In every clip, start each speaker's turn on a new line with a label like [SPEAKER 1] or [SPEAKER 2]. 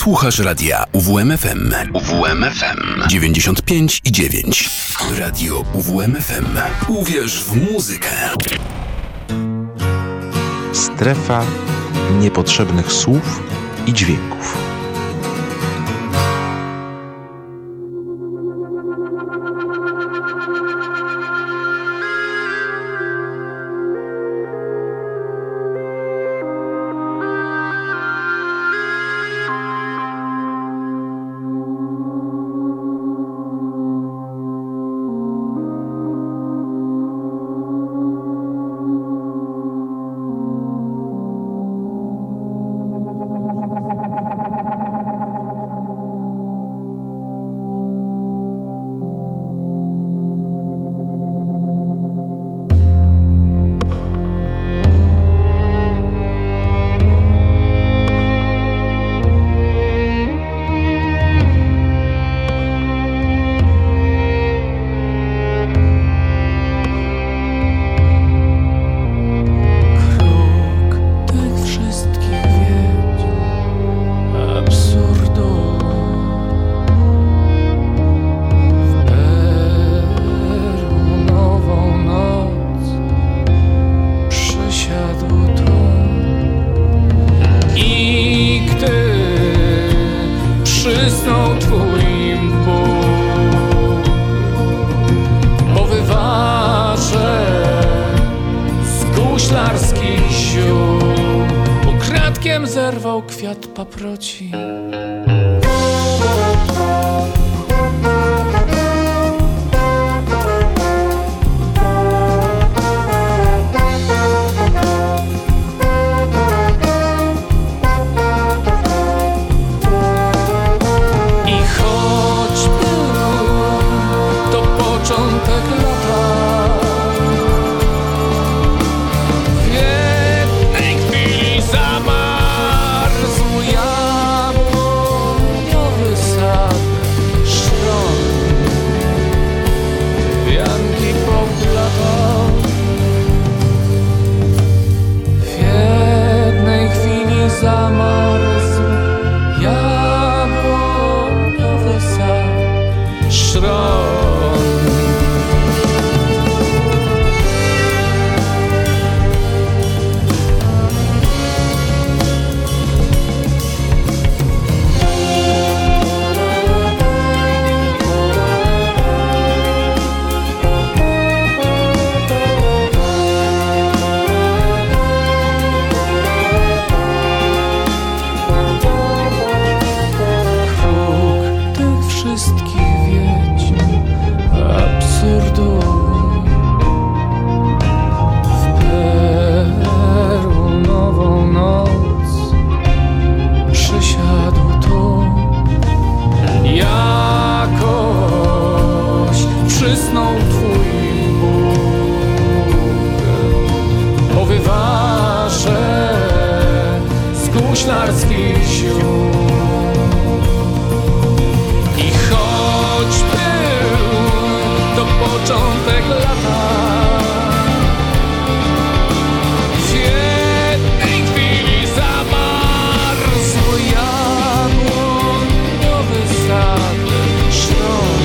[SPEAKER 1] Słuchasz radia UWMFM. UWMFM 95,9. Radio UWMFM. Uwierz w muzykę.
[SPEAKER 2] Strefa niepotrzebnych słów i dźwięków.
[SPEAKER 3] Zerwał kwiat paproci. I choćby to początek lata, w jednej chwili jabłoniowy sad szron, wianki poplatał. W jednej chwili zamarzł jabłoniowy sad szron. Ślarskich ziół. I choć był to początek lata, w jednej chwili zamarzł jabłoniowy sad szron,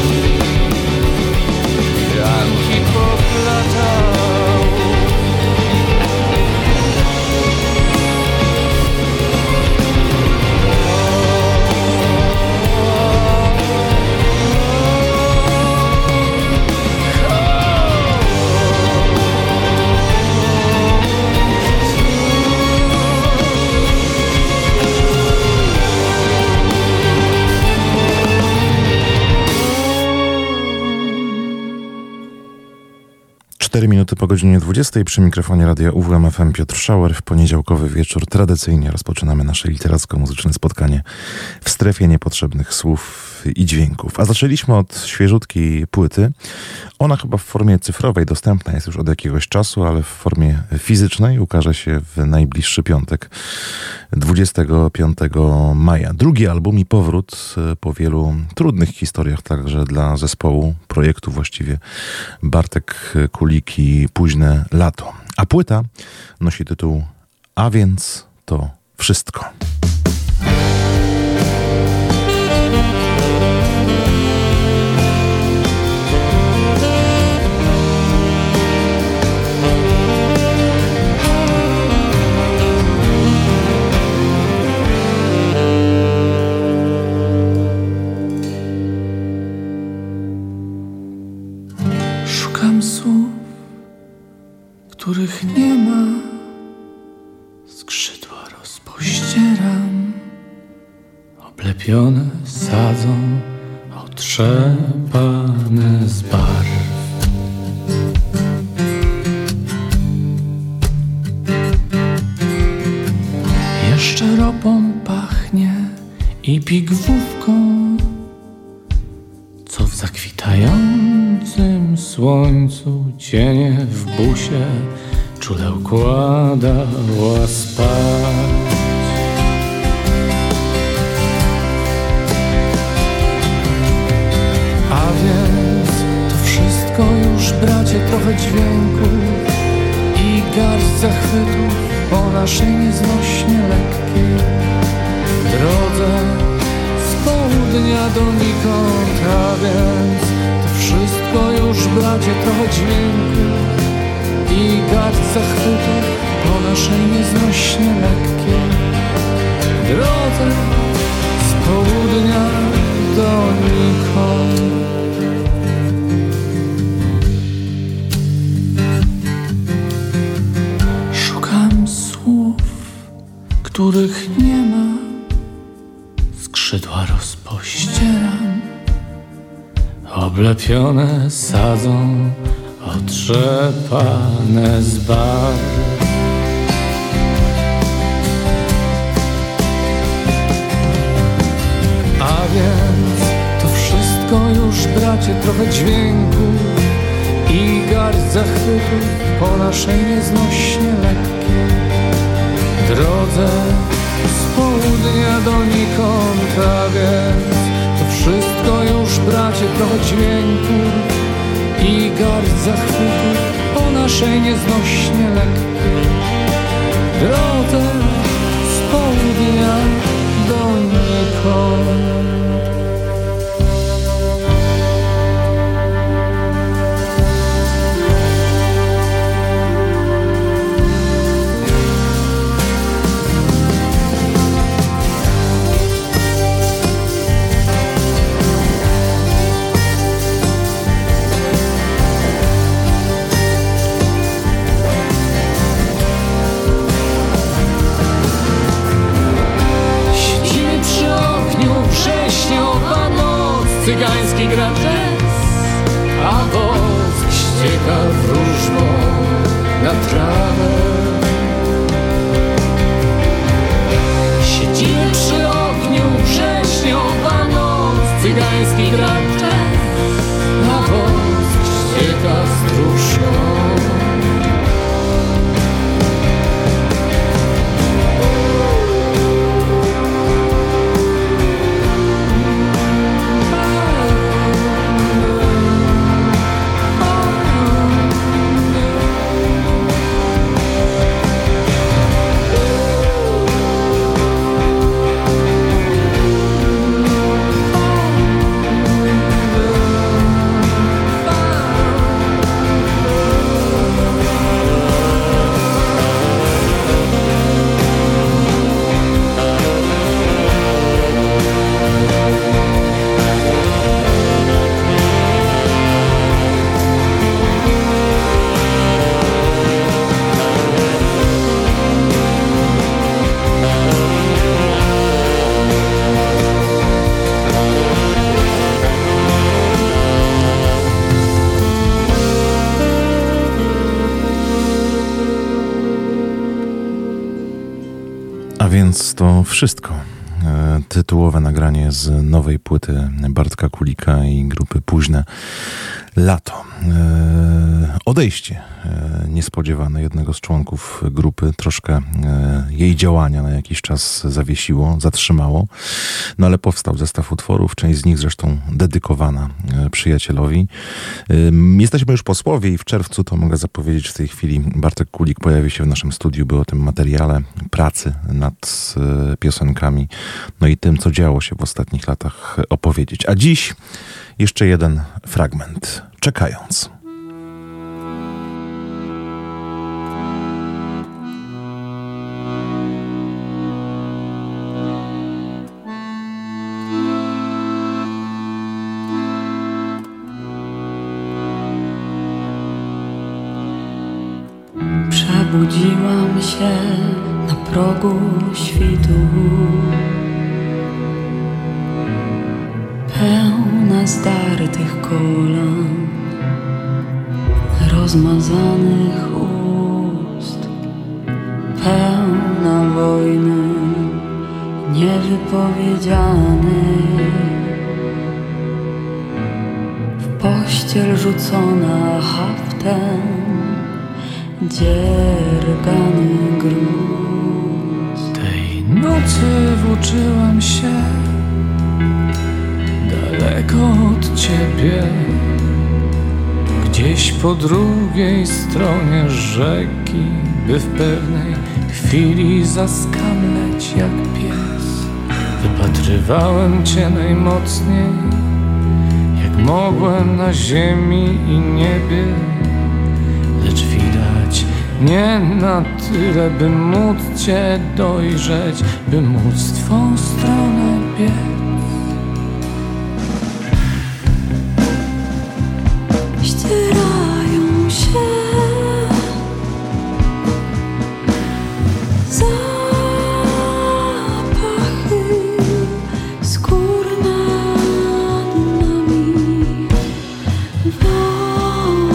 [SPEAKER 3] wianki poplatał.
[SPEAKER 2] Minuty po godzinie 20 przy mikrofonie radia UWMFM Piotr Schauer. W poniedziałkowy wieczór tradycyjnie rozpoczynamy nasze literacko-muzyczne spotkanie w strefie niepotrzebnych słów i dźwięków. A zaczęliśmy od świeżutkiej płyty. Ona chyba w formie cyfrowej dostępna jest już od jakiegoś czasu, ale w formie fizycznej ukaże się w najbliższy piątek, 25 maja. Drugi album i powrót po wielu trudnych historiach, także dla zespołu, projektu właściwie, Bartek Kulik i Późne lato. A płyta nosi tytuł A więc to wszystko.
[SPEAKER 3] oblepione sadzą, otrzepane z barw. Jeszcze ropą pachnie i pigwówką, co w zakwitającym słońcu cienie w busie czule układała spać. A więc to wszystko już, bracie, trochę dźwięku i garść zachwytów po naszej nieznośnie lekkiej drodze z południa donikąd. A więc to wszystko już, bracie, trochę dźwięku i garść zachwytów po naszej nieznośnie lekkiej drodze z południa donikąd. Szukam słów, których nie ma, skrzydła rozpościeram, oblepione sadzą, otrzepane z barw. A więc to wszystko już, bracie, trochę dźwięku i garść zachwytów po naszej nieznośnie lekkiej drodze z południa donikąd. A więc to wszystko już, bracie, trochę dźwięku i garść zachwytów po naszej nieznośnie lekkiej drodze z południa donikąd. Cygański gra jazz, a wosk ścieka wróżbą na trawę. Siedzimy przy ogniu, wrześniowa noc. Cygański gra jazz, a wosk ścieka stróżką.
[SPEAKER 2] Więc to wszystko. Tytułowe nagranie z nowej płyty Bartka Kulika i grupy Późne Lato. Odejście niespodziewane jednego z członków grupy troszkę jej działania na jakiś czas zawiesiło, zatrzymało, no ale powstał zestaw utworów, część z nich zresztą dedykowana przyjacielowi. Jesteśmy już po słowie i w czerwcu, to mogę zapowiedzieć w tej chwili, Bartek Kulik pojawi się w naszym studiu, by o tym materiale pracy nad piosenkami, no i tym, co działo się w ostatnich latach opowiedzieć. A dziś jeszcze jeden fragment. Czekając.
[SPEAKER 4] Przebudziłam się na progu świtu. pełna zdartych kolan, rozmazanych ust, pełna wojny niewypowiedzianej, w pościel rzucona haftem, dziergany gruz.
[SPEAKER 3] Tej nocy włóczyłam się daleko od ciebie, gdzieś po drugiej stronie rzeki, by w pewnej chwili zaskamleć jak pies. Wypatrywałem cię najmocniej, jak mogłem na ziemi i niebie, lecz widać nie na tyle, by móc cię dojrzeć, by móc w twą stronę biec.
[SPEAKER 4] Ścierają się zapachy skór nad nami, woń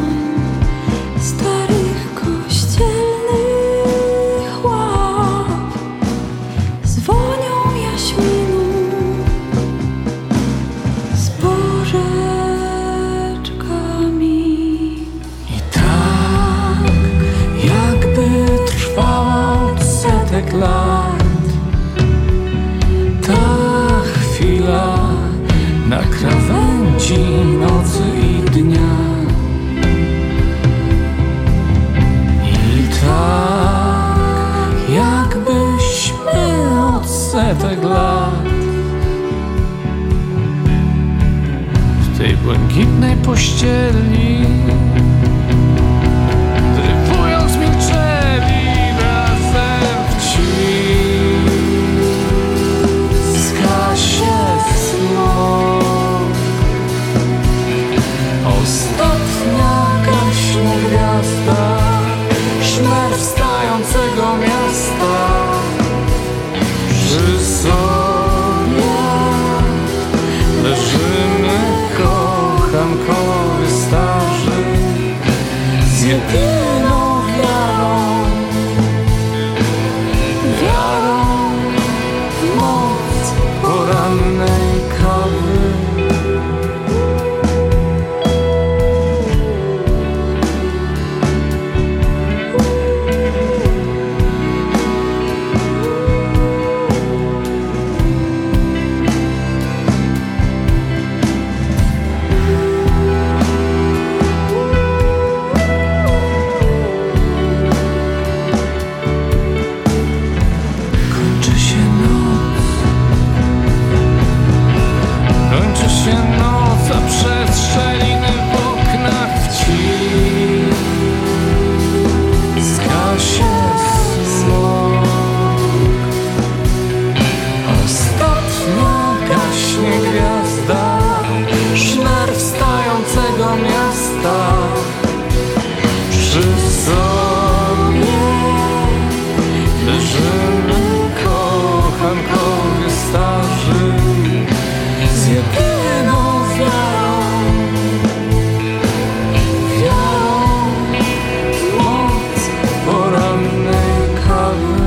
[SPEAKER 4] starych kościelnych ław z wonią jaśminu, z bożeczkami.
[SPEAKER 3] I tak jakby trwała od setek lat ta chwila na krawędzi nocy i dnia. I tak jakbyśmy od setek lat w tej błękitnej pościeli dryfując milczeli razem w ciszy. Zgasie smok, ostatnia gaśnie gwiazda, szmer wstającego miasta. Przy sobie leżymy kochankowie starzy, z jedyną wiarą, wiarą w moc porannej kawy. Kończy się noc, a przez szczeliny w oknach wcisk zgasie smok. Ostatnia gaśnie gwiazda, szmer wstającego miasta. Przy sobie leżymy kochankowie starzy, z jedyną wiarą, wiarą w moc porannej kawy.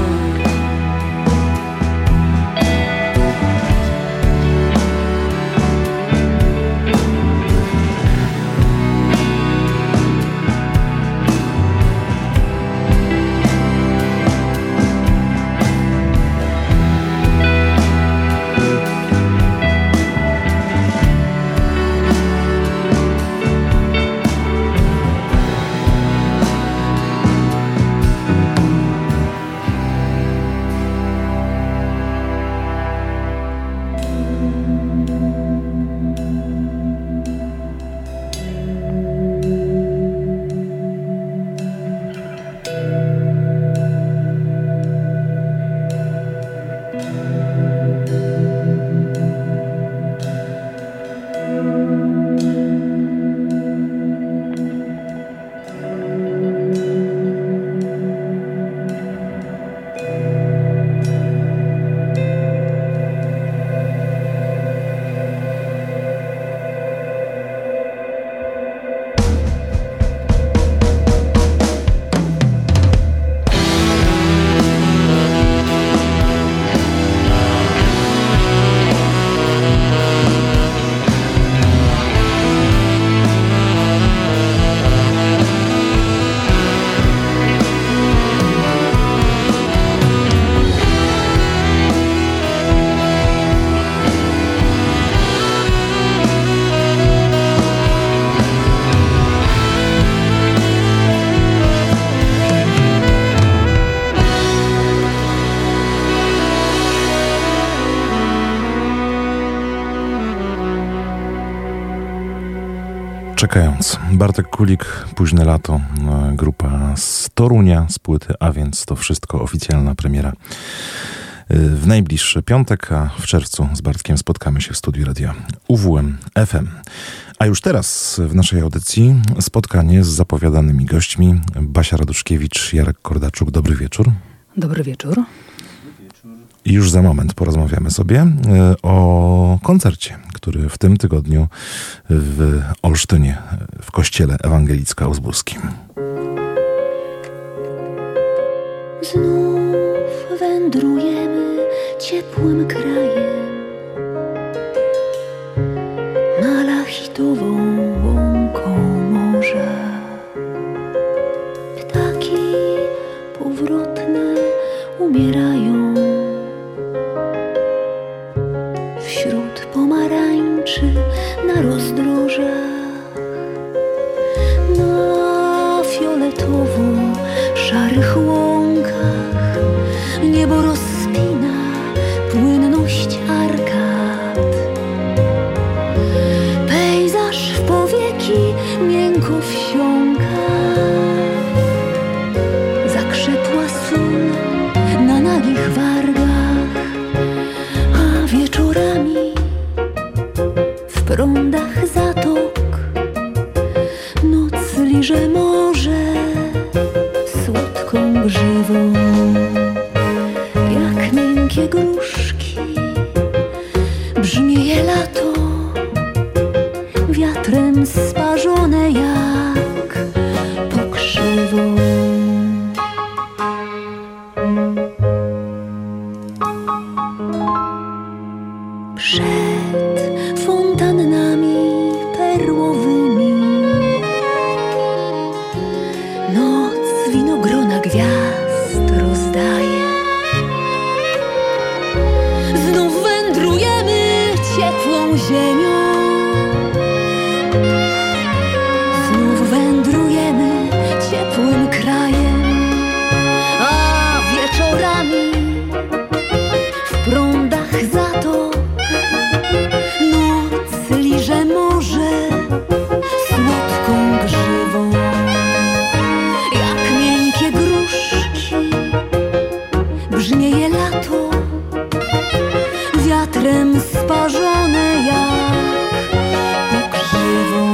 [SPEAKER 2] Czekając. Bartek Kulik, Późne lato, grupa z Torunia, z płyty, a więc to wszystko oficjalna premiera w najbliższy piątek, a w czerwcu z Bartkiem spotkamy się w studiu radia UWM FM. A już teraz w naszej audycji spotkanie z zapowiadanymi gośćmi. Basia Raduszkiewicz, Jarek Kordaczuk. Dobry wieczór.
[SPEAKER 5] Dobry wieczór.
[SPEAKER 2] I już za moment porozmawiamy sobie o koncercie, który w tym tygodniu w Olsztynie, w kościele ewangelicko-augsburskim.
[SPEAKER 4] Znów wędrujemy ciepłym krajem, malachitową łąką morza. Ptaki powrotne umierają wśród pomarańczy na rozdrożach, na fioletowo-szarych łąkach niebo rozpina płynność arkad. Pejzaż w powieki miękko wsiąka, zakrzepła sól na nagich wargach, a wieczorami w prądach zatok noc liże morze słodką grzywą. Jak miękkie gruszki brzmieje lato, wiatrem sparzone jak pokrzywą. Przed fontannami perłowymi noc winogrona gwiazd rozdaje. Znów wędrujemy ciepłą ziemią, znów wędrujemy ciepłym krajem, a wieczorami w prądach zatok noc liże morze słodką grzywą. Jak miękkie gruszki brzmieje lato, wiatrem sparzone jak pokrzywą.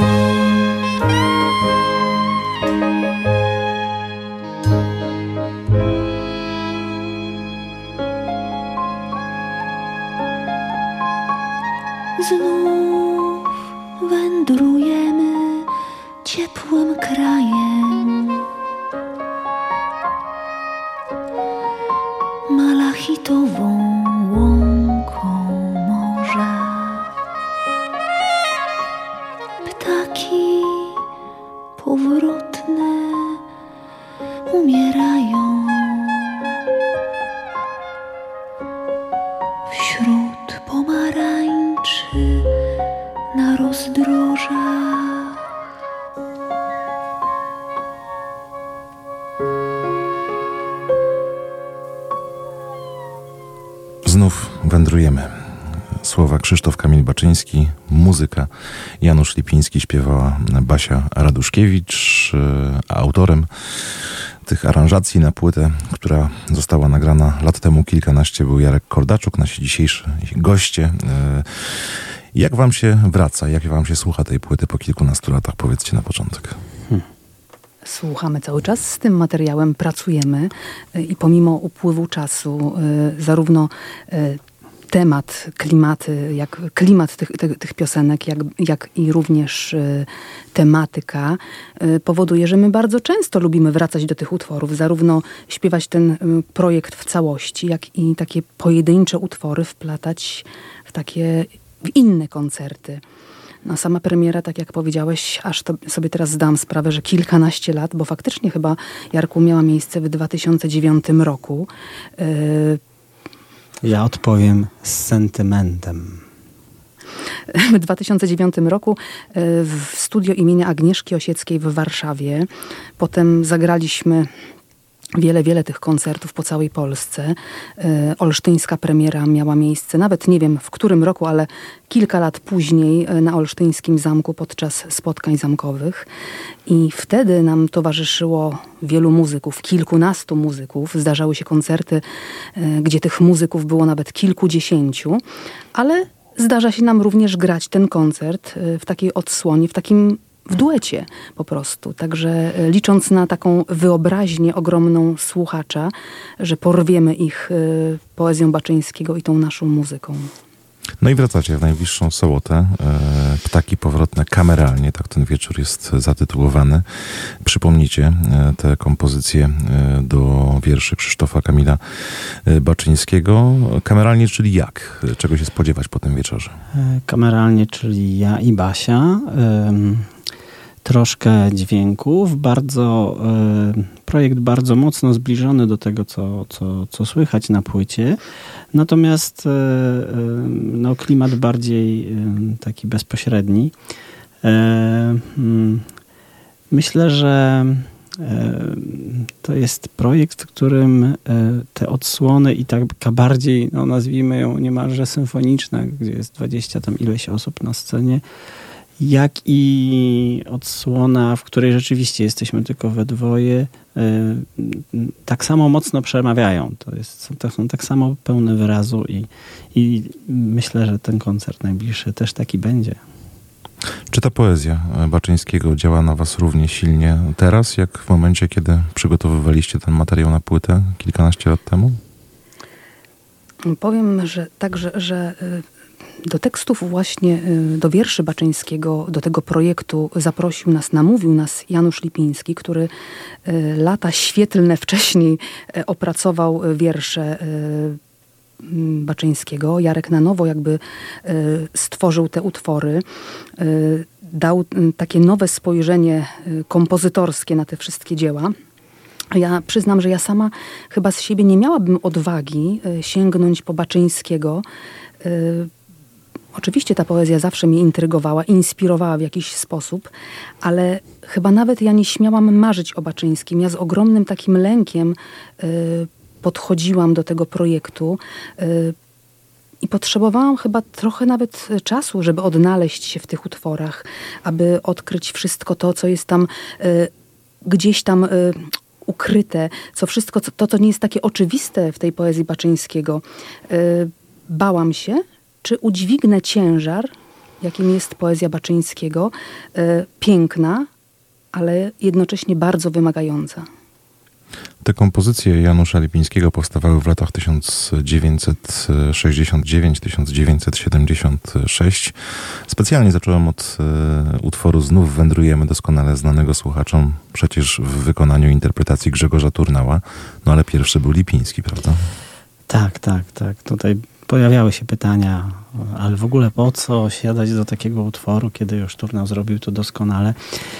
[SPEAKER 4] Znów wędrujemy ciepłym krajem, malachitową łąką morza. Ptaki powrotne umierają wśród pomarańczy na rozdrożach.
[SPEAKER 2] Znów wędrujemy. Słowa Krzysztof Kamil Baczyński, muzyka Janusz Lipiński, śpiewała Basia Raduszkiewicz, a autorem tych aranżacji na płytę, która została nagrana lat temu kilkanaście, był Jarek Kordaczuk, nasi dzisiejsi goście. Jak wam się wraca, jak wam się słucha tej płyty po kilkunastu latach? Powiedzcie na początek.
[SPEAKER 5] Słuchamy cały czas, z tym materiałem pracujemy i pomimo upływu czasu zarówno temat, klimat tych piosenek, jak i również tematyka powoduje, że my bardzo często lubimy wracać do tych utworów, zarówno śpiewać ten projekt w całości, jak i takie pojedyncze utwory wplatać w inne koncerty. No, sama premiera, tak jak powiedziałeś, aż to sobie teraz zdałam sprawę, że kilkanaście lat, bo faktycznie chyba, Jarku, miała miejsce w 2009 roku.
[SPEAKER 6] Ja odpowiem z sentymentem.
[SPEAKER 5] W 2009 roku w studio imienia Agnieszki Osieckiej w Warszawie. Potem zagraliśmy wiele tych koncertów po całej Polsce. Olsztyńska premiera miała miejsce, nawet nie wiem w którym roku, ale kilka lat później na Olsztyńskim Zamku podczas spotkań zamkowych. I wtedy nam towarzyszyło wielu muzyków, kilkunastu muzyków. Zdarzały się koncerty, gdzie tych muzyków było nawet kilkudziesięciu, ale zdarza się nam również grać ten koncert w takiej odsłonie, w duecie po prostu. Także licząc na taką wyobraźnię ogromną słuchacza, że porwiemy ich poezją Baczyńskiego i tą naszą muzyką.
[SPEAKER 2] No i wracacie w najbliższą sobotę. Ptaki powrotne kameralnie, tak ten wieczór jest zatytułowany. Przypomnijcie te kompozycje do wierszy Krzysztofa Kamila Baczyńskiego. Kameralnie, czyli jak? Czego się spodziewać po tym wieczorze?
[SPEAKER 6] Kameralnie, czyli ja i Basia. Troszkę dźwięków, projekt bardzo mocno zbliżony do tego, co słychać na płycie. Natomiast klimat bardziej taki bezpośredni. Myślę, że to jest projekt, w którym te odsłony i taka bardziej, nazwijmy ją niemalże symfoniczna, gdzie jest 20 tam ileś osób na scenie, jak i odsłona, w której rzeczywiście jesteśmy tylko we dwoje, tak samo mocno przemawiają. To są tak samo pełne wyrazu i myślę, że ten koncert najbliższy też taki będzie.
[SPEAKER 2] Czy ta poezja Baczyńskiego działa na was równie silnie teraz, jak w momencie, kiedy przygotowywaliście ten materiał na płytę kilkanaście lat temu?
[SPEAKER 5] Powiem, że że do tekstów właśnie, do wierszy Baczyńskiego, do tego projektu namówił nas Janusz Lipiński, który lata świetlne wcześniej opracował wiersze Baczyńskiego. Jarek na nowo jakby stworzył te utwory, dał takie nowe spojrzenie kompozytorskie na te wszystkie dzieła. Ja przyznam, że ja sama chyba z siebie nie miałabym odwagi sięgnąć po Baczyńskiego. Oczywiście ta poezja zawsze mnie intrygowała, inspirowała w jakiś sposób, ale chyba nawet ja nie śmiałam marzyć o Baczyńskim. Ja z ogromnym takim lękiem podchodziłam do tego projektu i potrzebowałam chyba trochę nawet czasu, żeby odnaleźć się w tych utworach, aby odkryć wszystko to, co jest tam gdzieś tam ukryte, wszystko to, co nie jest takie oczywiste w tej poezji Baczyńskiego. Bałam się, czy udźwignę ciężar, jakim jest poezja Baczyńskiego, piękna, ale jednocześnie bardzo wymagająca.
[SPEAKER 2] Te kompozycje Janusza Lipińskiego powstawały w latach 1969-1976. Specjalnie zacząłem od utworu Znów wędrujemy, doskonale znanego słuchaczom, przecież w wykonaniu interpretacji Grzegorza Turnała. No ale pierwszy był Lipiński, prawda?
[SPEAKER 6] Tak. Tutaj pojawiały się pytania, ale w ogóle po co siadać do takiego utworu, kiedy już Turnał zrobił to doskonale.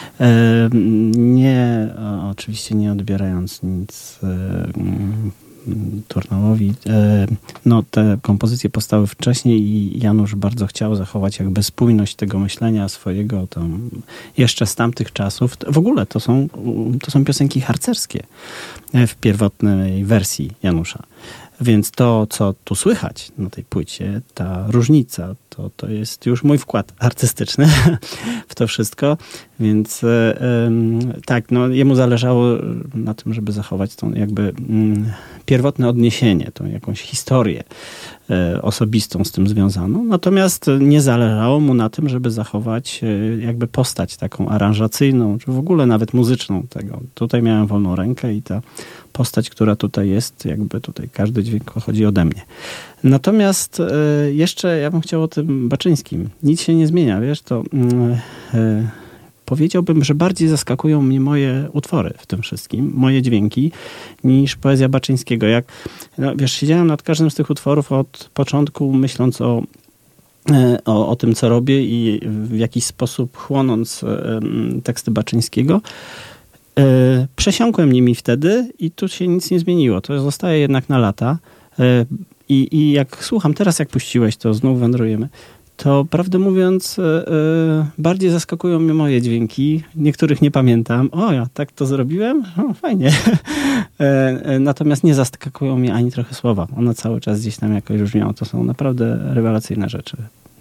[SPEAKER 6] Oczywiście nie odbierając nic Turnałowi. Te kompozycje powstały wcześniej i Janusz bardzo chciał zachować jakby spójność tego myślenia swojego tam jeszcze z tamtych czasów. W ogóle to są piosenki harcerskie w pierwotnej wersji Janusza. Więc to, co tu słychać na tej płycie, ta różnica, to jest już mój wkład artystyczny w to wszystko. Więc jemu zależało na tym, żeby zachować tą jakby pierwotne odniesienie, tą jakąś historię osobistą z tym związaną. Natomiast nie zależało mu na tym, żeby zachować jakby postać taką aranżacyjną, czy w ogóle nawet muzyczną tego. Tutaj miałem wolną rękę i ta postać, która tutaj jest, jakby tutaj każdy dźwięk pochodzi ode mnie. Natomiast jeszcze ja bym chciał o tym Baczyńskim. Nic się nie zmienia, wiesz, to powiedziałbym, że bardziej zaskakują mnie moje utwory w tym wszystkim, moje dźwięki, niż poezja Baczyńskiego. Siedziałem nad każdym z tych utworów od początku, myśląc o tym, co robię i w jakiś sposób chłonąc teksty Baczyńskiego. Przesiąkłem nimi wtedy i tu się nic nie zmieniło. To zostaje jednak na lata. I jak słucham teraz, jak puściłeś to Znów wędrujemy, to prawdę mówiąc bardziej zaskakują mnie moje dźwięki. Niektórych nie pamiętam. O, ja tak to zrobiłem? O, fajnie. Natomiast nie zaskakują mnie ani trochę słowa. One cały czas gdzieś tam jakoś brzmią. To są naprawdę rewelacyjne rzeczy.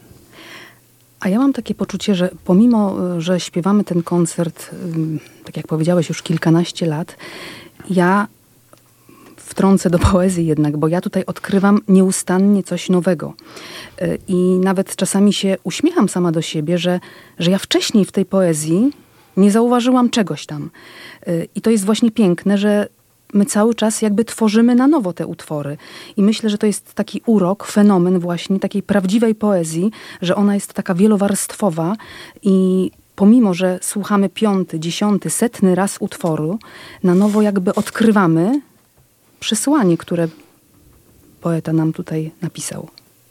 [SPEAKER 5] A ja mam takie poczucie, że pomimo, że śpiewamy ten koncert, tak jak powiedziałeś, już kilkanaście lat, ja wtrącę do poezji jednak, bo ja tutaj odkrywam nieustannie coś nowego. I nawet czasami się uśmiecham sama do siebie, że ja wcześniej w tej poezji nie zauważyłam czegoś tam. I to jest właśnie piękne, że my cały czas jakby tworzymy na nowo te utwory. I myślę, że to jest taki urok, fenomen właśnie takiej prawdziwej poezji, że ona jest taka wielowarstwowa i pomimo, że słuchamy 5., 10., 100. raz utworu, na nowo jakby odkrywamy przesłanie, które poeta nam tutaj napisał.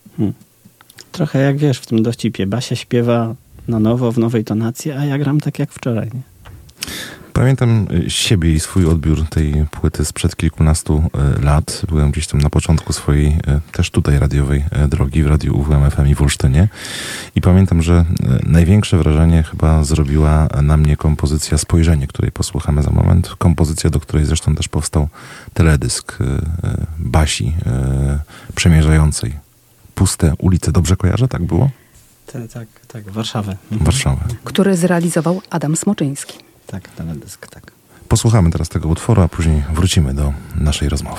[SPEAKER 6] Trochę jak wiesz, w tym dowcipie. Basia śpiewa na nowo, w nowej tonacji, a ja gram tak jak wczoraj. Nie?
[SPEAKER 2] Pamiętam siebie i swój odbiór tej płyty sprzed kilkunastu lat. Byłem gdzieś tam na początku swojej też tutaj radiowej drogi w Radiu UWM FM i w Olsztynie. I pamiętam, że największe wrażenie chyba zrobiła na mnie kompozycja Spojrzenie, której posłuchamy za moment. Kompozycja, do której zresztą też powstał teledysk Basi przemierzającej puste ulice. Dobrze kojarzę? Tak było?
[SPEAKER 6] Tak, Warszawę.
[SPEAKER 2] Warszawę.
[SPEAKER 5] Który zrealizował Adam Smoczyński.
[SPEAKER 6] Tak, teledysk, tak.
[SPEAKER 2] Posłuchamy teraz tego utworu, a później wrócimy do naszej rozmowy.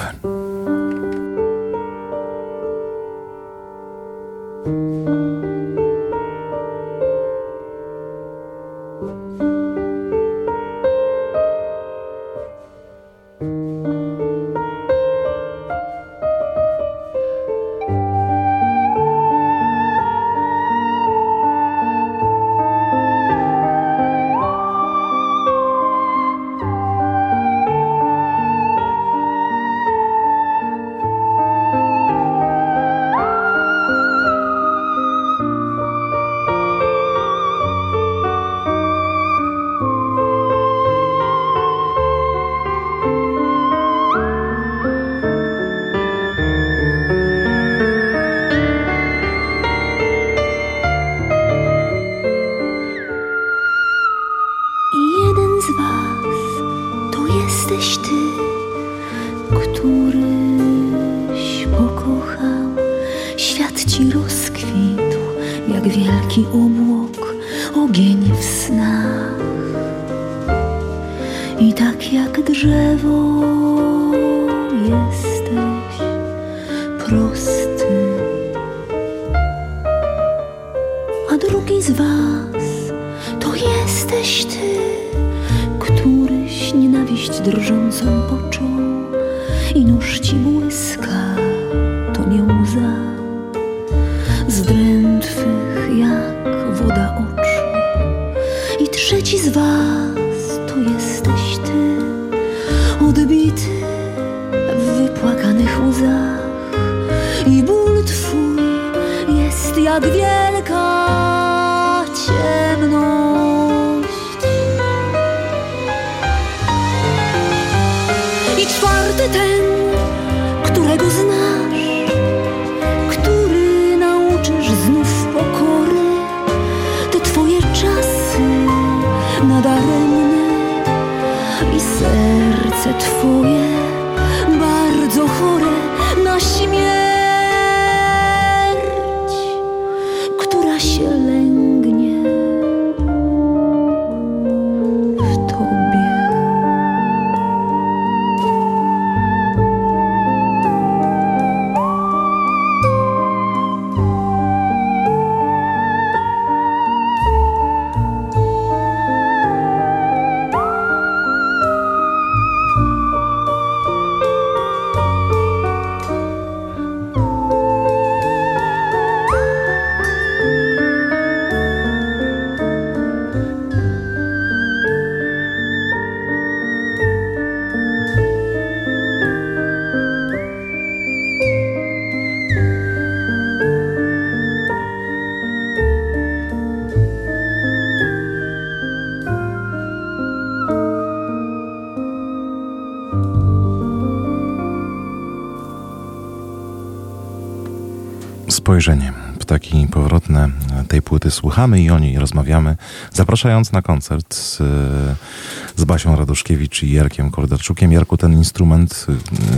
[SPEAKER 2] Spojrzenie. Ptaki Powrotne. Tej płyty słuchamy i o niej rozmawiamy, zapraszając na koncert z Basią Raduszkiewicz i Jarkiem Kordarczukiem. Jarku, ten instrument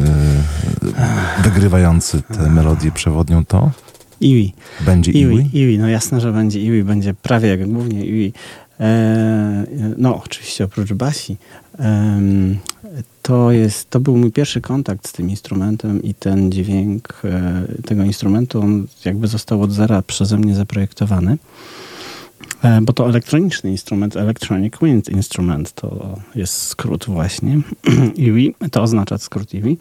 [SPEAKER 2] wygrywający tę melodię przewodnią to?
[SPEAKER 6] Iwi.
[SPEAKER 2] Będzie Iwi?
[SPEAKER 6] Iwi, no jasne, że będzie Iwi. Będzie prawie jak głównie Iwi. No, oczywiście oprócz Basi. To był mój pierwszy kontakt z tym instrumentem i ten dźwięk tego instrumentu, on jakby został od zera przeze mnie zaprojektowany. Bo to elektroniczny instrument, Electronic Wind Instrument, to jest skrót właśnie. IWI, to oznacza skrót IWI.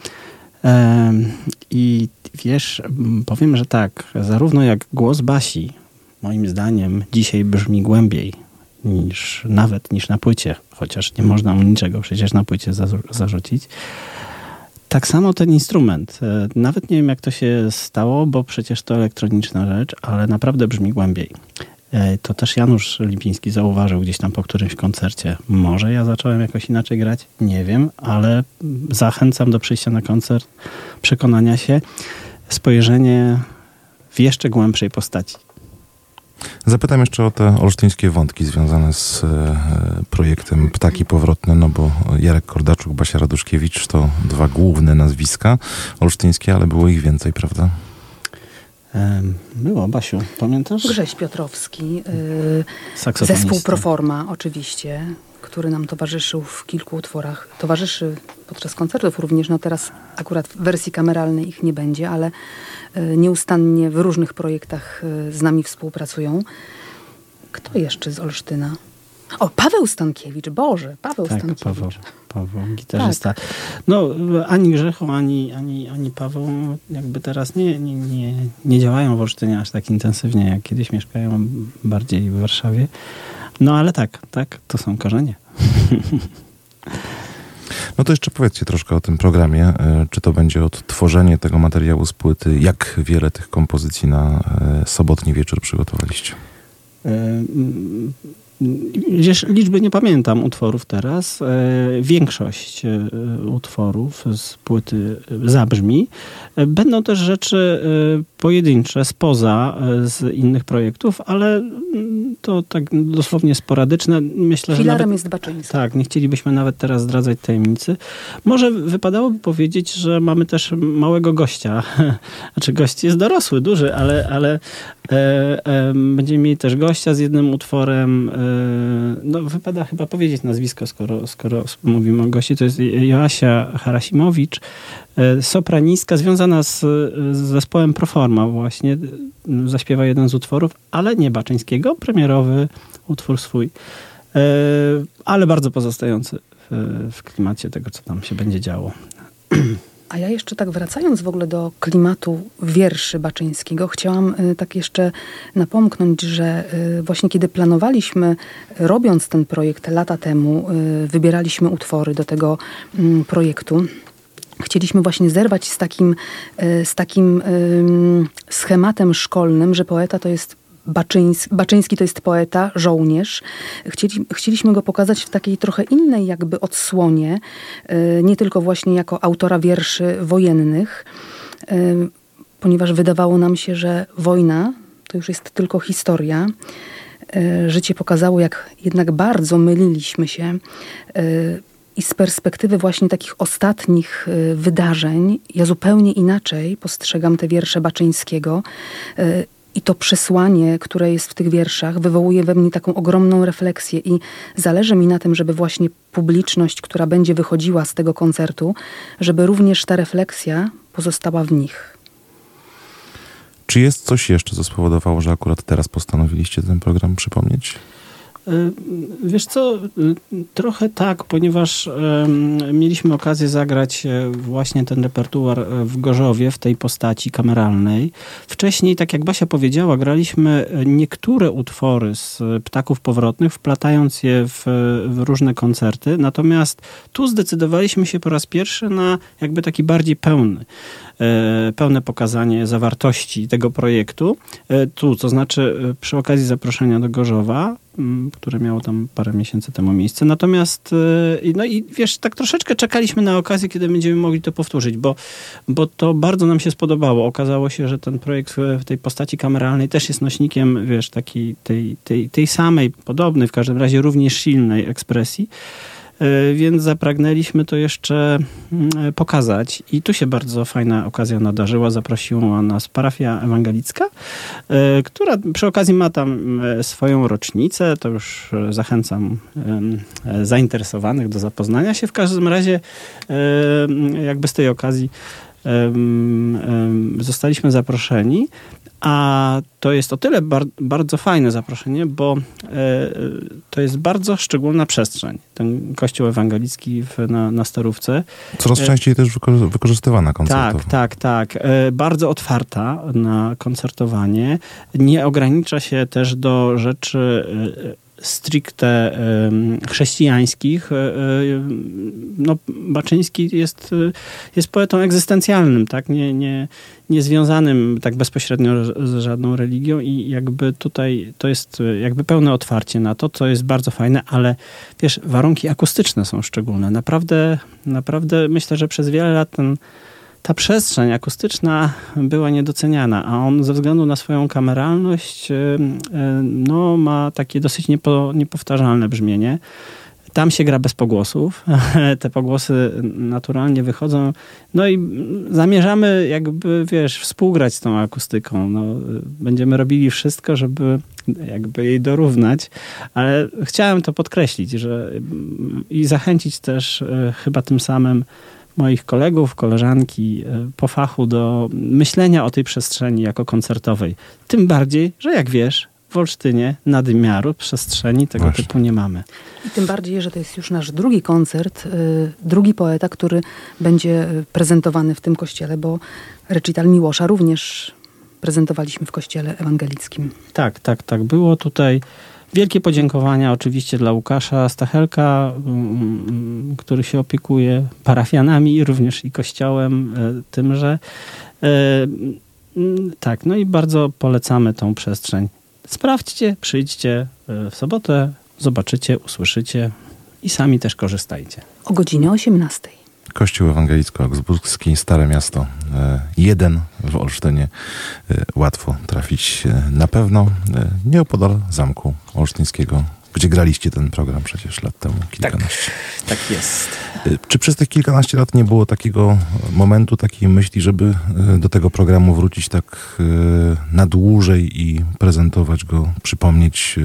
[SPEAKER 6] I wiesz, powiem, że tak, zarówno jak głos Basi, moim zdaniem, dzisiaj brzmi głębiej niż na płycie, chociaż nie można mu niczego przecież na płycie zarzucić. Tak samo ten instrument. Nawet nie wiem, jak to się stało, bo przecież to elektroniczna rzecz, ale naprawdę brzmi głębiej. To też Janusz Lipiński zauważył gdzieś tam po którymś koncercie. Może ja zacząłem jakoś inaczej grać? Nie wiem, ale zachęcam do przyjścia na koncert, przekonania się, spojrzenie w jeszcze głębszej postaci.
[SPEAKER 2] Zapytam jeszcze o te olsztyńskie wątki związane z projektem Ptaki Powrotne, no bo Jarek Kordarczuk, Basia Raduszkiewicz to dwa główne nazwiska olsztyńskie, ale było ich więcej, prawda?
[SPEAKER 6] Było, Basiu, pamiętasz?
[SPEAKER 5] Grześ Piotrowski,
[SPEAKER 6] Saksofonista.
[SPEAKER 5] zespół Proforma oczywiście, który nam towarzyszył w kilku utworach. Towarzyszy podczas koncertów również, no teraz akurat w wersji kameralnej ich nie będzie, ale nieustannie w różnych projektach z nami współpracują. Kto jeszcze z Olsztyna? O, Paweł Stankiewicz, Boże, Stankiewicz.
[SPEAKER 6] Paweł, gitarzysta. Tak. No, ani Grzechu, ani Paweł jakby teraz nie działają w Olsztynie aż tak intensywnie, jak kiedyś mieszkają bardziej w Warszawie. No, ale tak, to są korzenie.
[SPEAKER 2] No to jeszcze powiedzcie troszkę o tym programie. Czy to będzie odtworzenie tego materiału z płyty? Jak wiele tych kompozycji na sobotni wieczór przygotowaliście?
[SPEAKER 6] Liczby nie pamiętam utworów teraz. Większość utworów z płyty zabrzmi. Będą też rzeczy pojedyncze spoza z innych projektów, ale to tak dosłownie sporadyczne. Myślę,
[SPEAKER 5] filarem
[SPEAKER 6] że nawet,
[SPEAKER 5] jest Baczyński.
[SPEAKER 6] Tak, nie chcielibyśmy nawet teraz zdradzać tajemnicy. Może wypadałoby powiedzieć, że mamy też małego gościa. Znaczy gość jest dorosły, duży, ale będziemy mieli też gościa z jednym utworem. No, wypada chyba powiedzieć nazwisko, skoro mówimy o gości. To jest Joasia Harasimowicz, sopranistka związana z zespołem Proforma właśnie. Zaśpiewa jeden z utworów, ale nie Baczyńskiego, premierowy utwór swój. Ale bardzo pozostający w klimacie tego, co tam się będzie działo.
[SPEAKER 5] A ja jeszcze tak wracając w ogóle do klimatu wierszy Baczyńskiego, chciałam tak jeszcze napomknąć, że właśnie kiedy planowaliśmy, robiąc ten projekt lata temu, wybieraliśmy utwory do tego projektu. Chcieliśmy właśnie zerwać z takim schematem szkolnym, że poeta to jest Baczyński to jest poeta, żołnierz. Chcieliśmy go pokazać w takiej trochę innej jakby odsłonie, nie tylko właśnie jako autora wierszy wojennych, ponieważ wydawało nam się, że wojna to już jest tylko historia. Życie pokazało, jak jednak bardzo myliliśmy się i z perspektywy właśnie takich ostatnich wydarzeń ja zupełnie inaczej postrzegam te wiersze Baczyńskiego. I to przesłanie, które jest w tych wierszach, wywołuje we mnie taką ogromną refleksję i zależy mi na tym, żeby właśnie publiczność, która będzie wychodziła z tego koncertu, żeby również ta refleksja pozostała w nich.
[SPEAKER 2] Czy jest coś jeszcze, co spowodowało, że akurat teraz postanowiliście ten program przypomnieć?
[SPEAKER 6] Wiesz co, trochę tak, ponieważ mieliśmy okazję zagrać właśnie ten repertuar w Gorzowie w tej postaci kameralnej. Wcześniej, tak jak Basia powiedziała, graliśmy niektóre utwory z Ptaków Powrotnych, wplatając je w różne koncerty, natomiast tu zdecydowaliśmy się po raz pierwszy na jakby taki bardziej pełne pokazanie zawartości tego projektu. Tu, to znaczy przy okazji zaproszenia do Gorzowa, które miało tam parę miesięcy temu miejsce. Natomiast, no i wiesz, tak troszeczkę czekaliśmy na okazję, kiedy będziemy mogli to powtórzyć, bo to bardzo nam się spodobało. Okazało się, że ten projekt w tej postaci kameralnej też jest nośnikiem, wiesz, takiej tej samej, podobnej, w każdym razie również silnej ekspresji. Więc zapragnęliśmy to jeszcze pokazać. I tu się bardzo fajna okazja nadarzyła. Zaprosiła nas parafia ewangelicka, która przy okazji ma tam swoją rocznicę. To już zachęcam zainteresowanych do zapoznania się. W każdym razie jakby z tej okazji zostaliśmy zaproszeni. A to jest o tyle bardzo fajne zaproszenie, bo to jest bardzo szczególna przestrzeń. Ten kościół ewangelicki na Starówce.
[SPEAKER 2] Coraz częściej też wykorzystywana koncertowo.
[SPEAKER 6] Tak. Bardzo otwarta na koncertowanie. Nie ogranicza się też do rzeczy stricte chrześcijańskich. No, Baczyński jest poetą egzystencjalnym, tak? Nie związanym tak bezpośrednio z żadną religią i jakby tutaj to jest jakby pełne otwarcie na to, co jest bardzo fajne, ale wiesz, warunki akustyczne są szczególne. Naprawdę myślę, że przez wiele lat ta przestrzeń akustyczna była niedoceniana, a on ze względu na swoją kameralność no, ma takie dosyć niepowtarzalne brzmienie. Tam się gra bez pogłosów. Te pogłosy naturalnie wychodzą. No i zamierzamy jakby, wiesz, współgrać z tą akustyką. No, będziemy robili wszystko, żeby jakby jej dorównać, ale chciałem to podkreślić, i zachęcić też chyba tym samym moich kolegów, koleżanki po fachu do myślenia o tej przestrzeni jako koncertowej. Tym bardziej, że jak wiesz, w Olsztynie nadmiaru przestrzeni tego typu nie mamy.
[SPEAKER 5] I tym bardziej, że to jest już nasz drugi koncert, drugi poeta, który będzie prezentowany w tym kościele, bo recital Miłosza również prezentowaliśmy w kościele ewangelickim.
[SPEAKER 6] Tak. Było tutaj wielkie podziękowania oczywiście dla Łukasza Stachelka, który się opiekuje parafianami, również i kościołem tymże. Tak, no i bardzo polecamy tą przestrzeń. Sprawdźcie, przyjdźcie w sobotę, zobaczycie, usłyszycie i sami też korzystajcie.
[SPEAKER 5] O godzinie 18:00.
[SPEAKER 2] Kościół ewangelicko-augsburski, Stare Miasto 1 w Olsztynie. Łatwo trafić na pewno. Nieopodal Zamku Olsztyńskiego, gdzie graliście ten program przecież lat temu kilkanaście.
[SPEAKER 6] Tak jest.
[SPEAKER 2] Czy przez tych kilkanaście lat nie było takiego momentu, takiej myśli, żeby do tego programu wrócić tak na dłużej i prezentować go, przypomnieć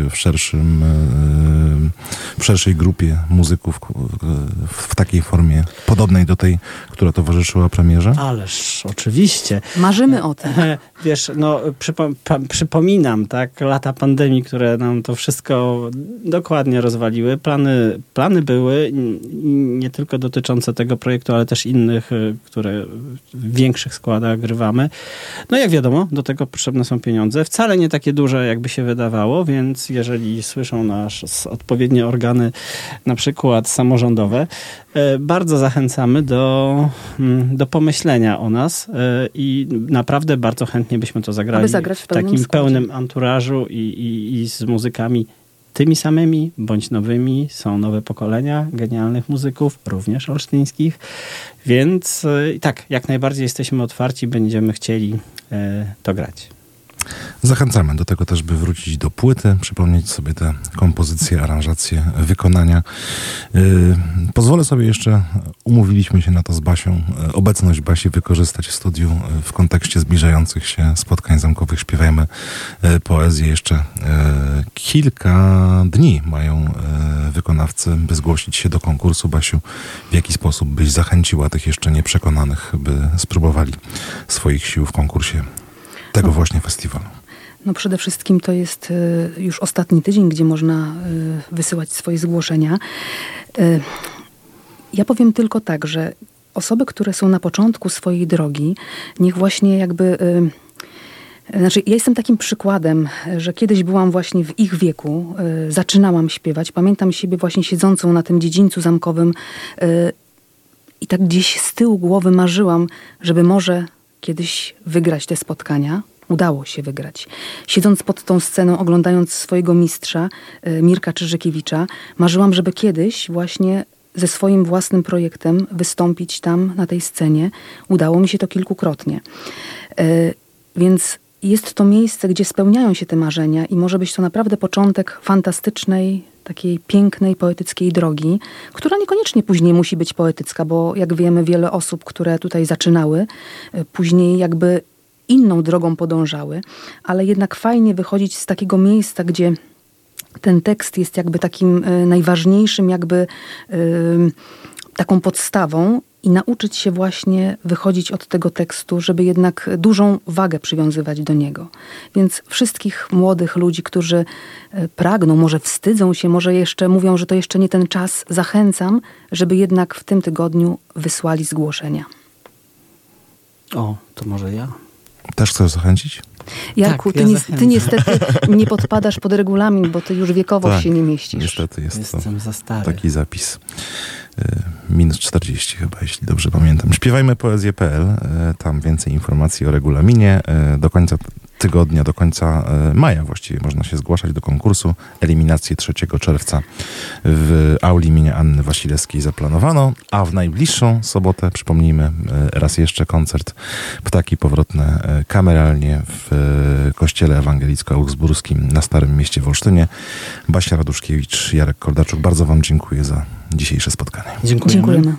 [SPEAKER 2] w szerszej grupie muzyków w takiej formie podobnej do tej, która towarzyszyła premierze?
[SPEAKER 6] Ależ oczywiście.
[SPEAKER 5] Marzymy o tym.
[SPEAKER 6] Wiesz, no przypominam, tak, lata pandemii, które nam to wszystko dokładnie rozwaliły. Plany były, nie tylko dotyczące tego projektu, ale też innych, które w większych składach grywamy. No jak wiadomo, do tego potrzebne są pieniądze. Wcale nie takie duże, jakby się wydawało, więc jeżeli słyszą nas odpowiednie organy, na przykład samorządowe, bardzo zachęcamy do pomyślenia o nas i naprawdę bardzo chętnie byśmy to zagrali w takim pełnym anturażu i z muzykami tymi samymi, bądź nowymi. Są nowe pokolenia genialnych muzyków, również olsztyńskich. Więc tak, jak najbardziej jesteśmy otwarci, będziemy chcieli to grać.
[SPEAKER 2] Zachęcamy do tego też, by wrócić do płyty, przypomnieć sobie te kompozycje, aranżacje, wykonania. Pozwolę sobie jeszcze, umówiliśmy się na to z Basią, obecność Basi wykorzystać w studiu w kontekście zbliżających się spotkań zamkowych. Śpiewajmy poezję. Jeszcze kilka dni mają wykonawcy, by zgłosić się do konkursu. Basiu, w jaki sposób byś zachęciła tych jeszcze nieprzekonanych, by spróbowali swoich sił w konkursie tego właśnie festiwalu?
[SPEAKER 5] No przede wszystkim to jest już ostatni tydzień, gdzie można wysyłać swoje zgłoszenia. Ja powiem tylko tak, że osoby, które są na początku swojej drogi, niech właśnie jakby... Znaczy, ja jestem takim przykładem, że kiedyś byłam właśnie w ich wieku, zaczynałam śpiewać. Pamiętam siebie właśnie siedzącą na tym dziedzińcu zamkowym i tak gdzieś z tyłu głowy marzyłam, żeby może kiedyś wygrać te spotkania. udało się wygrać. Siedząc pod tą sceną, oglądając swojego mistrza, Mirka Czyżykiewicza, marzyłam, żeby kiedyś właśnie ze swoim własnym projektem wystąpić tam na tej scenie. Udało mi się to kilkukrotnie. Więc jest to miejsce, gdzie spełniają się te marzenia i może być to naprawdę początek fantastycznej, takiej pięknej, poetyckiej drogi, która niekoniecznie później musi być poetycka, bo jak wiemy, wiele osób, które tutaj zaczynały, później jakby inną drogą podążały, ale jednak fajnie wychodzić z takiego miejsca, gdzie ten tekst jest jakby takim najważniejszym, jakby taką podstawą i nauczyć się właśnie wychodzić od tego tekstu, żeby jednak dużą wagę przywiązywać do niego. Więc wszystkich młodych ludzi, którzy pragną, może wstydzą się, może jeszcze mówią, że to jeszcze nie ten czas, zachęcam, żeby jednak w tym tygodniu wysłali zgłoszenia.
[SPEAKER 6] O, to może ja?
[SPEAKER 2] Też chcesz zachęcić?
[SPEAKER 5] Jarku,
[SPEAKER 6] Tak,
[SPEAKER 5] ty niestety nie podpadasz pod regulamin, bo ty już wiekowo się nie mieścisz.
[SPEAKER 2] Niestety
[SPEAKER 6] Jestem za stary.
[SPEAKER 2] Taki zapis. Minus 40 chyba, jeśli dobrze pamiętam. Śpiewajmy poezję.pl. Tam więcej informacji o regulaminie. Do końca tygodnia, do końca maja właściwie można się zgłaszać do konkursu. Eliminację 3 czerwca w auli imienia Anny Wasilewskiej zaplanowano, a w najbliższą sobotę, przypomnijmy raz jeszcze, koncert Ptaki Powrotne kameralnie w Kościele Ewangelicko-Augsburskim na Starym Mieście w Olsztynie. Basia Raduszkiewicz, Jarek Kordaczuk, bardzo wam dziękuję za dzisiejsze spotkanie.
[SPEAKER 5] Dziękujemy.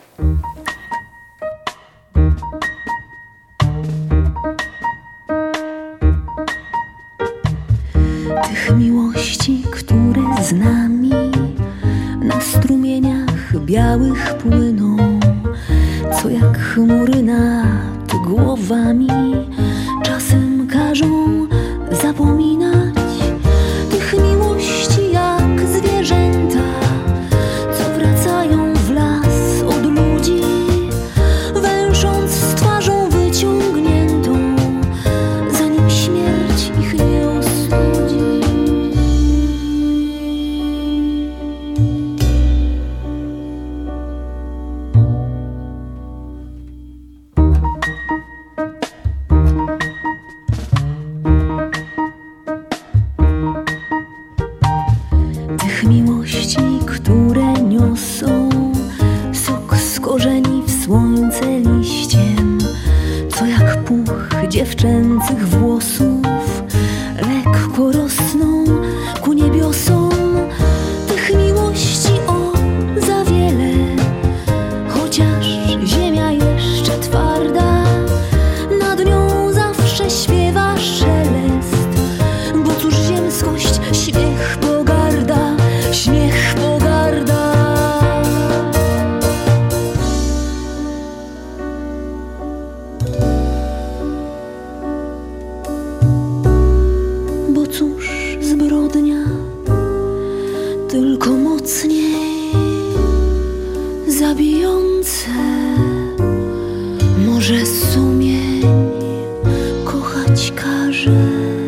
[SPEAKER 4] Tych miłości, które z nami na strumieniach białych płyną, co jak chmury nad głowami czasem każą zapominać. Tych miłości jak zwierzęta, co wracają w las od ludzi, węsząc z twarzą wyciągniętą, zanim śmierć ich nie ostudzi. Tych miłości, które niosą sok z korzeni w słońce liściem, co jak puch dziewczęcych włosów lekko rosną ku niebiosom. Tych miłości o za wiele, chociaż ziemia jeszcze twarda, nad nią zawsze śpiewa szelest, bo cóż ziemskość, śmiech, pogarda, śmiech, pogarda. Bo cóż zbrodnia, tylko mocniej zabijące. Może sumień kochać każe,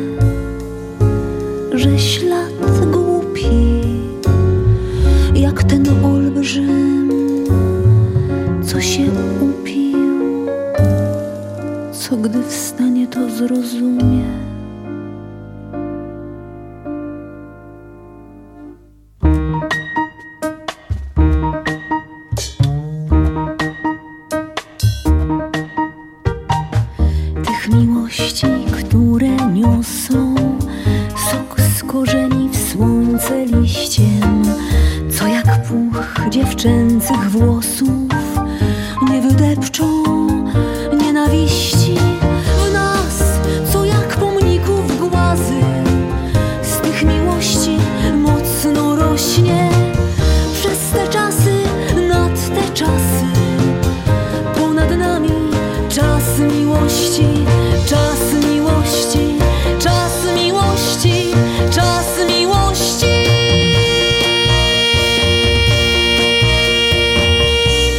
[SPEAKER 4] że ślad głupi, jak ten olbrzym, co się upił, co gdy wstanie, to zrozumie. Tych miłości, które niosą sok z korzeni w słońce liściem, co jak puch dziewczęcych włosów nie wydepczą nienawiści w nas, co jak pomników głazy. Z tych miłości mocno rośnie przez te czasy, nad te czasy, ponad nami czas miłości, czas miłości, czas miłości, czas miłości.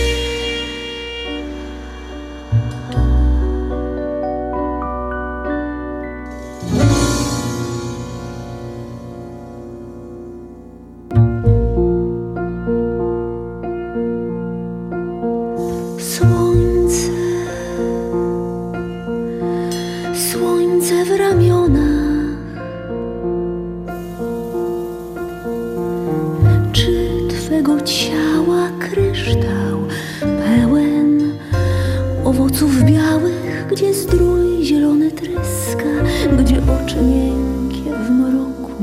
[SPEAKER 4] mego ciała kryształ pełen owoców białych, gdzie zdrój zielony tryska, gdzie oczy miękkie w mroku.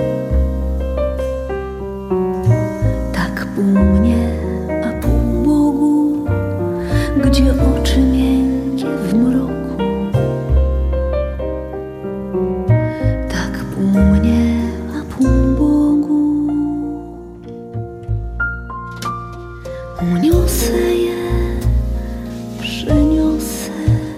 [SPEAKER 4] Tak pół mnie, a pół Bogu, gdzie oczy miękkie w mroku. Tak pół mnie, a pół Bogu. Uniosę je, przyniosę,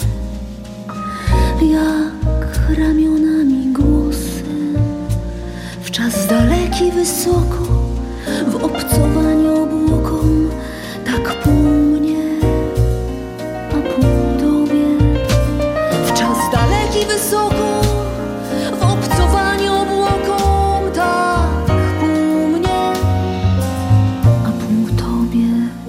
[SPEAKER 4] jak ramionami głosem, w czas daleki wysoko, w obcowaniu obłokom. Tak pół mnie, a pół Tobie, w czas daleki wysoko, w obcowaniu obłokom. Tak pół mnie, a pół Tobie.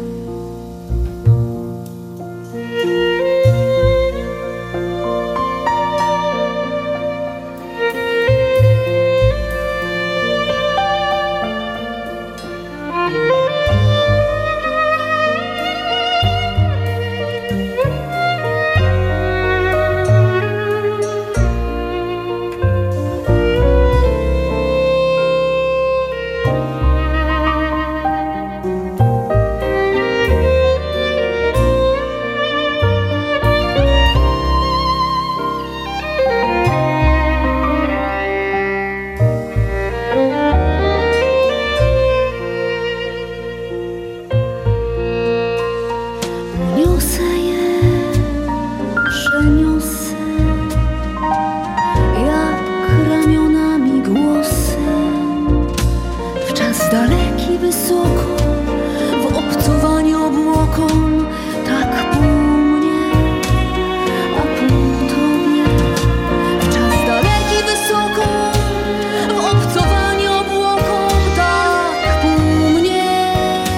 [SPEAKER 4] Uniosę je, przeniosę, jak ramionami głosem, w czas daleki wysoko, w obcowaniu obłokom. Tak pół mnie, a pół Tobie, w czas daleki wysoko, w obcowaniu obłokom. Tak pół mnie,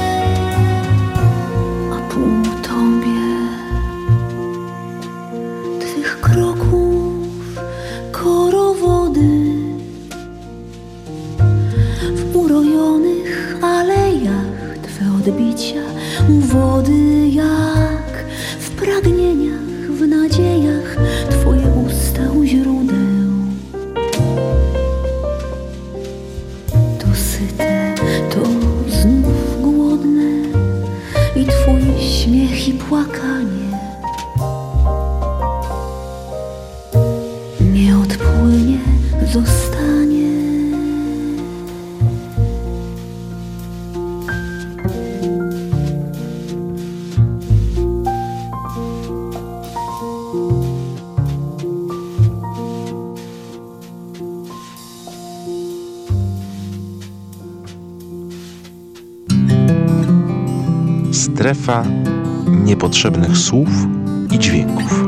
[SPEAKER 4] a pół Tobie. Twych kroków korowody w urojonych alejach, Twe odbicia u wody, jak w pragnieniach, w nadziejach, Twoje usta u źródeł. To syte, to znów głodne, i Twój śmiech i płakanie nie odpłynie, zostanie.
[SPEAKER 2] Strefa niepotrzebnych słów i dźwięków.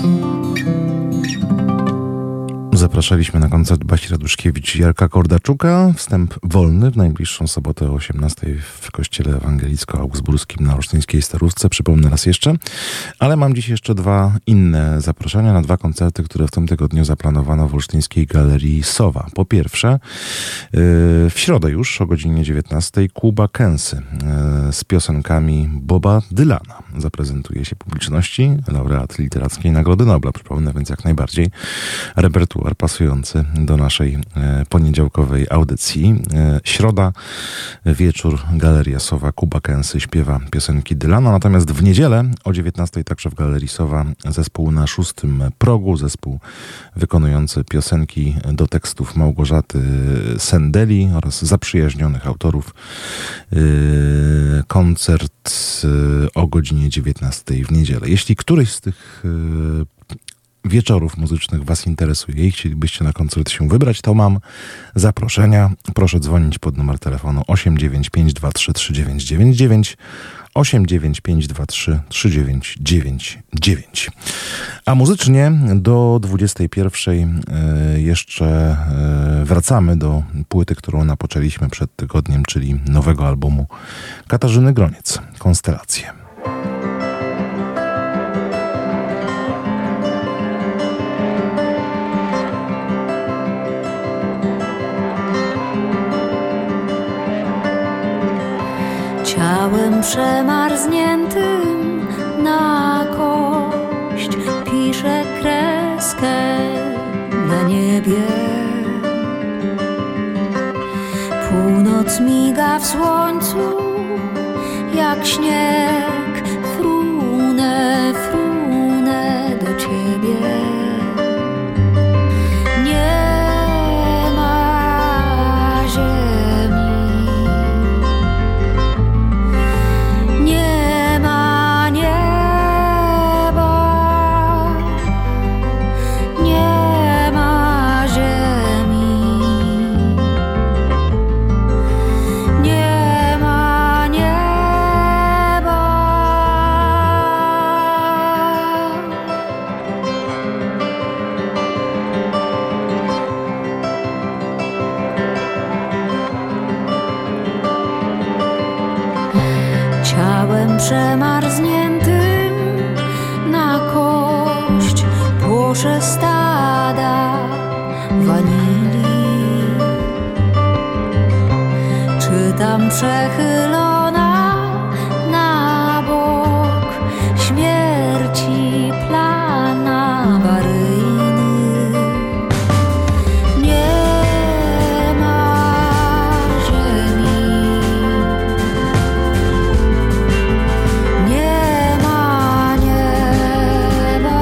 [SPEAKER 2] Zapraszaliśmy na koncert Basi Raduszkiewicz i Jarka Kordaczuka. Wstęp wolny w najbliższą sobotę o 18:00 w Kościele Ewangelicko-Augsburskim na Olsztyńskiej Starówce. Przypomnę raz jeszcze. Ale mam dziś jeszcze dwa inne zaproszenia na dwa koncerty, które w tym tygodniu zaplanowano w Olsztyńskiej Galerii Sowa. Po pierwsze, w środę już o godzinie 19:00 Kuba Kęsy z piosenkami Boba Dylana zaprezentuje się publiczności. Laureat Literackiej Nagrody Nobla, przypomnę, więc jak najbardziej repertuar pasujący do naszej poniedziałkowej audycji. Środa, wieczór, Galeria Sowa, Kuba Kęsy śpiewa piosenki Dylana, natomiast w niedzielę o 19:00 także w Galerii Sowa zespół Na Szóstym Progu, zespół wykonujący piosenki do tekstów Małgorzaty Sendeli oraz zaprzyjaźnionych autorów. Koncert o godzinie 19:00 w niedzielę. Jeśli któryś z tych wieczorów muzycznych Was interesuje i chcielibyście na koncert się wybrać, to mam zaproszenia. Proszę dzwonić pod numer telefonu 89523 3999, 89523 3999. A muzycznie do 21:00 jeszcze wracamy do płyty, którą napoczęliśmy przed tygodniem, czyli nowego albumu Katarzyny Groniec, Konstelacje.
[SPEAKER 4] Ciałem przemarzniętym na kość piszę kreskę na niebie. Północ miga w słońcu jak śnieg. Frunę, frunę do ciebie. Nie ma ziemi, nie ma nieba, nie ma ziemi, nie ma nieba. Ciałem przemarzniętym na kość płoszę stada wanilii. Czytam przechylona na bok śmierci plan awaryjny. Nie ma ziemi, nie ma nieba,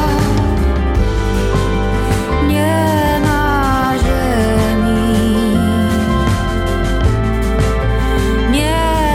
[SPEAKER 4] nie ma ziemi, nie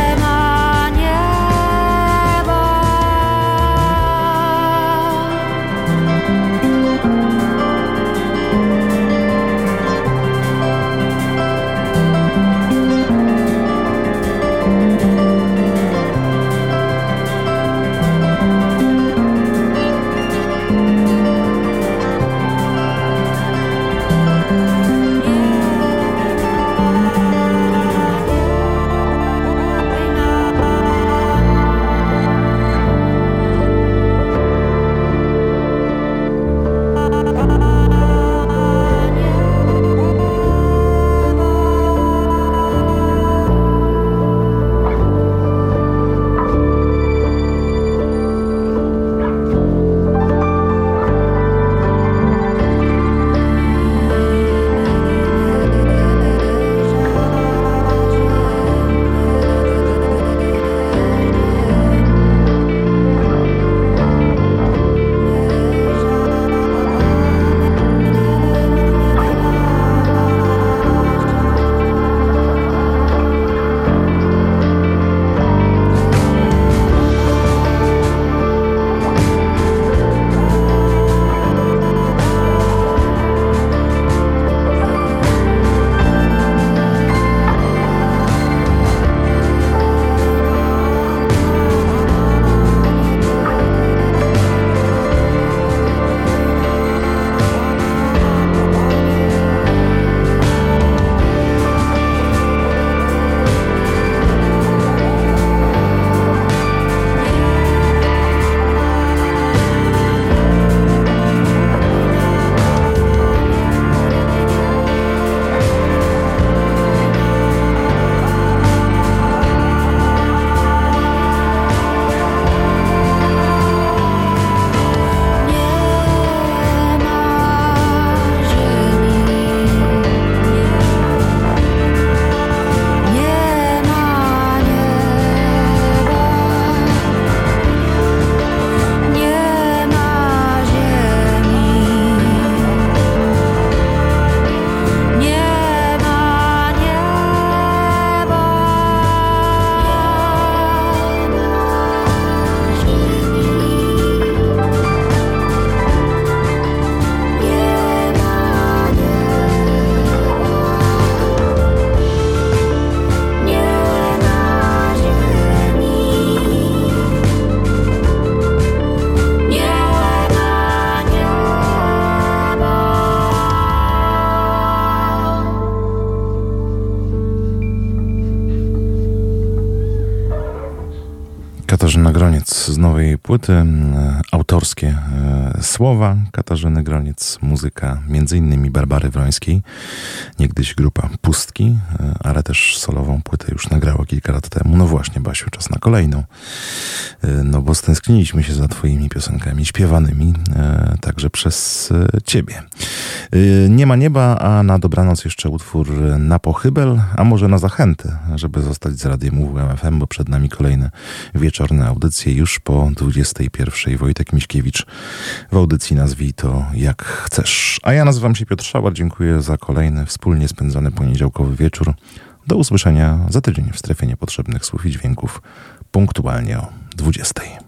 [SPEAKER 2] Katarzyna Groniec z nowej płyty, autorskie słowa Katarzyny Groniec, muzyka m.in. Barbary Wrońskiej, niegdyś grupa Pustki, ale też solową płytę już nagrała kilka lat temu. No właśnie, Basiu, czas na kolejną, no bo stęskniliśmy się za twoimi piosenkami śpiewanymi także przez ciebie. Nie ma nieba, a na dobranoc jeszcze utwór na pochybel, a może na zachętę, żeby zostać z Radiem UWM FM, bo przed nami kolejne wieczorne audycje już po 21:00. Wojtek Miśkiewicz w audycji Nazwij to jak chcesz. A ja nazywam się Piotr Szauer, dziękuję za kolejny wspólnie spędzony poniedziałkowy wieczór. Do usłyszenia za tydzień w Strefie Niepotrzebnych Słów i Dźwięków punktualnie o 20:00.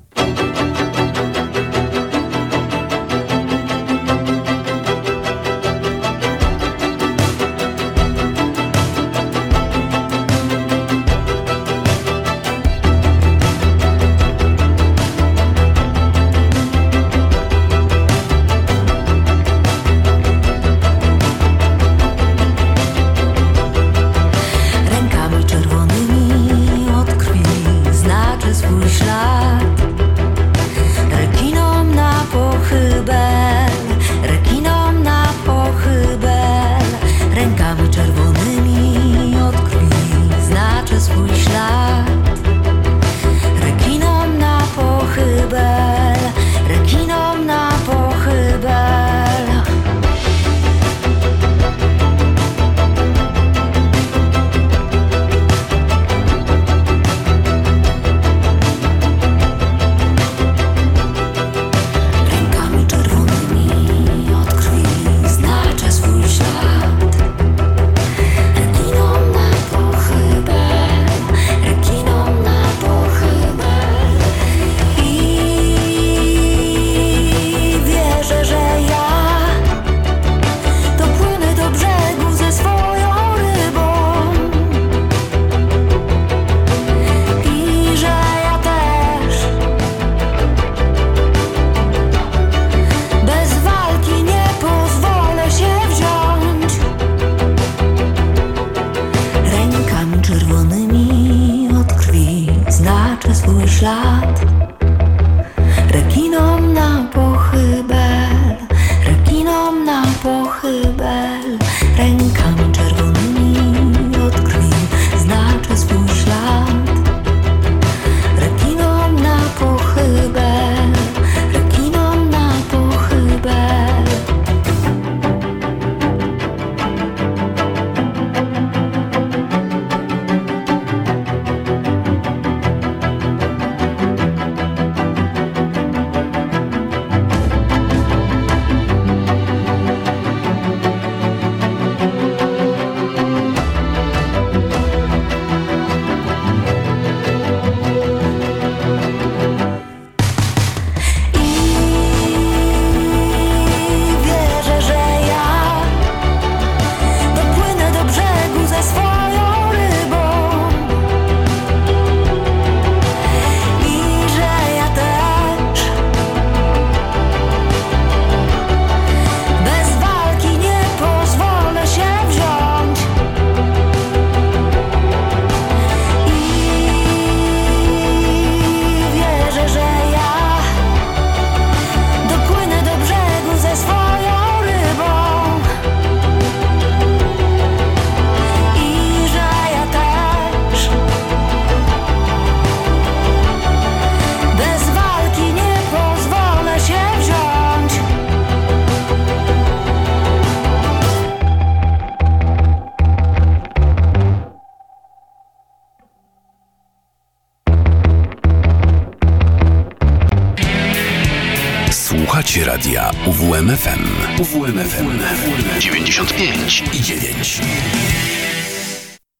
[SPEAKER 1] Słuchacie radia UWM FM. UWM FM 95 i 9.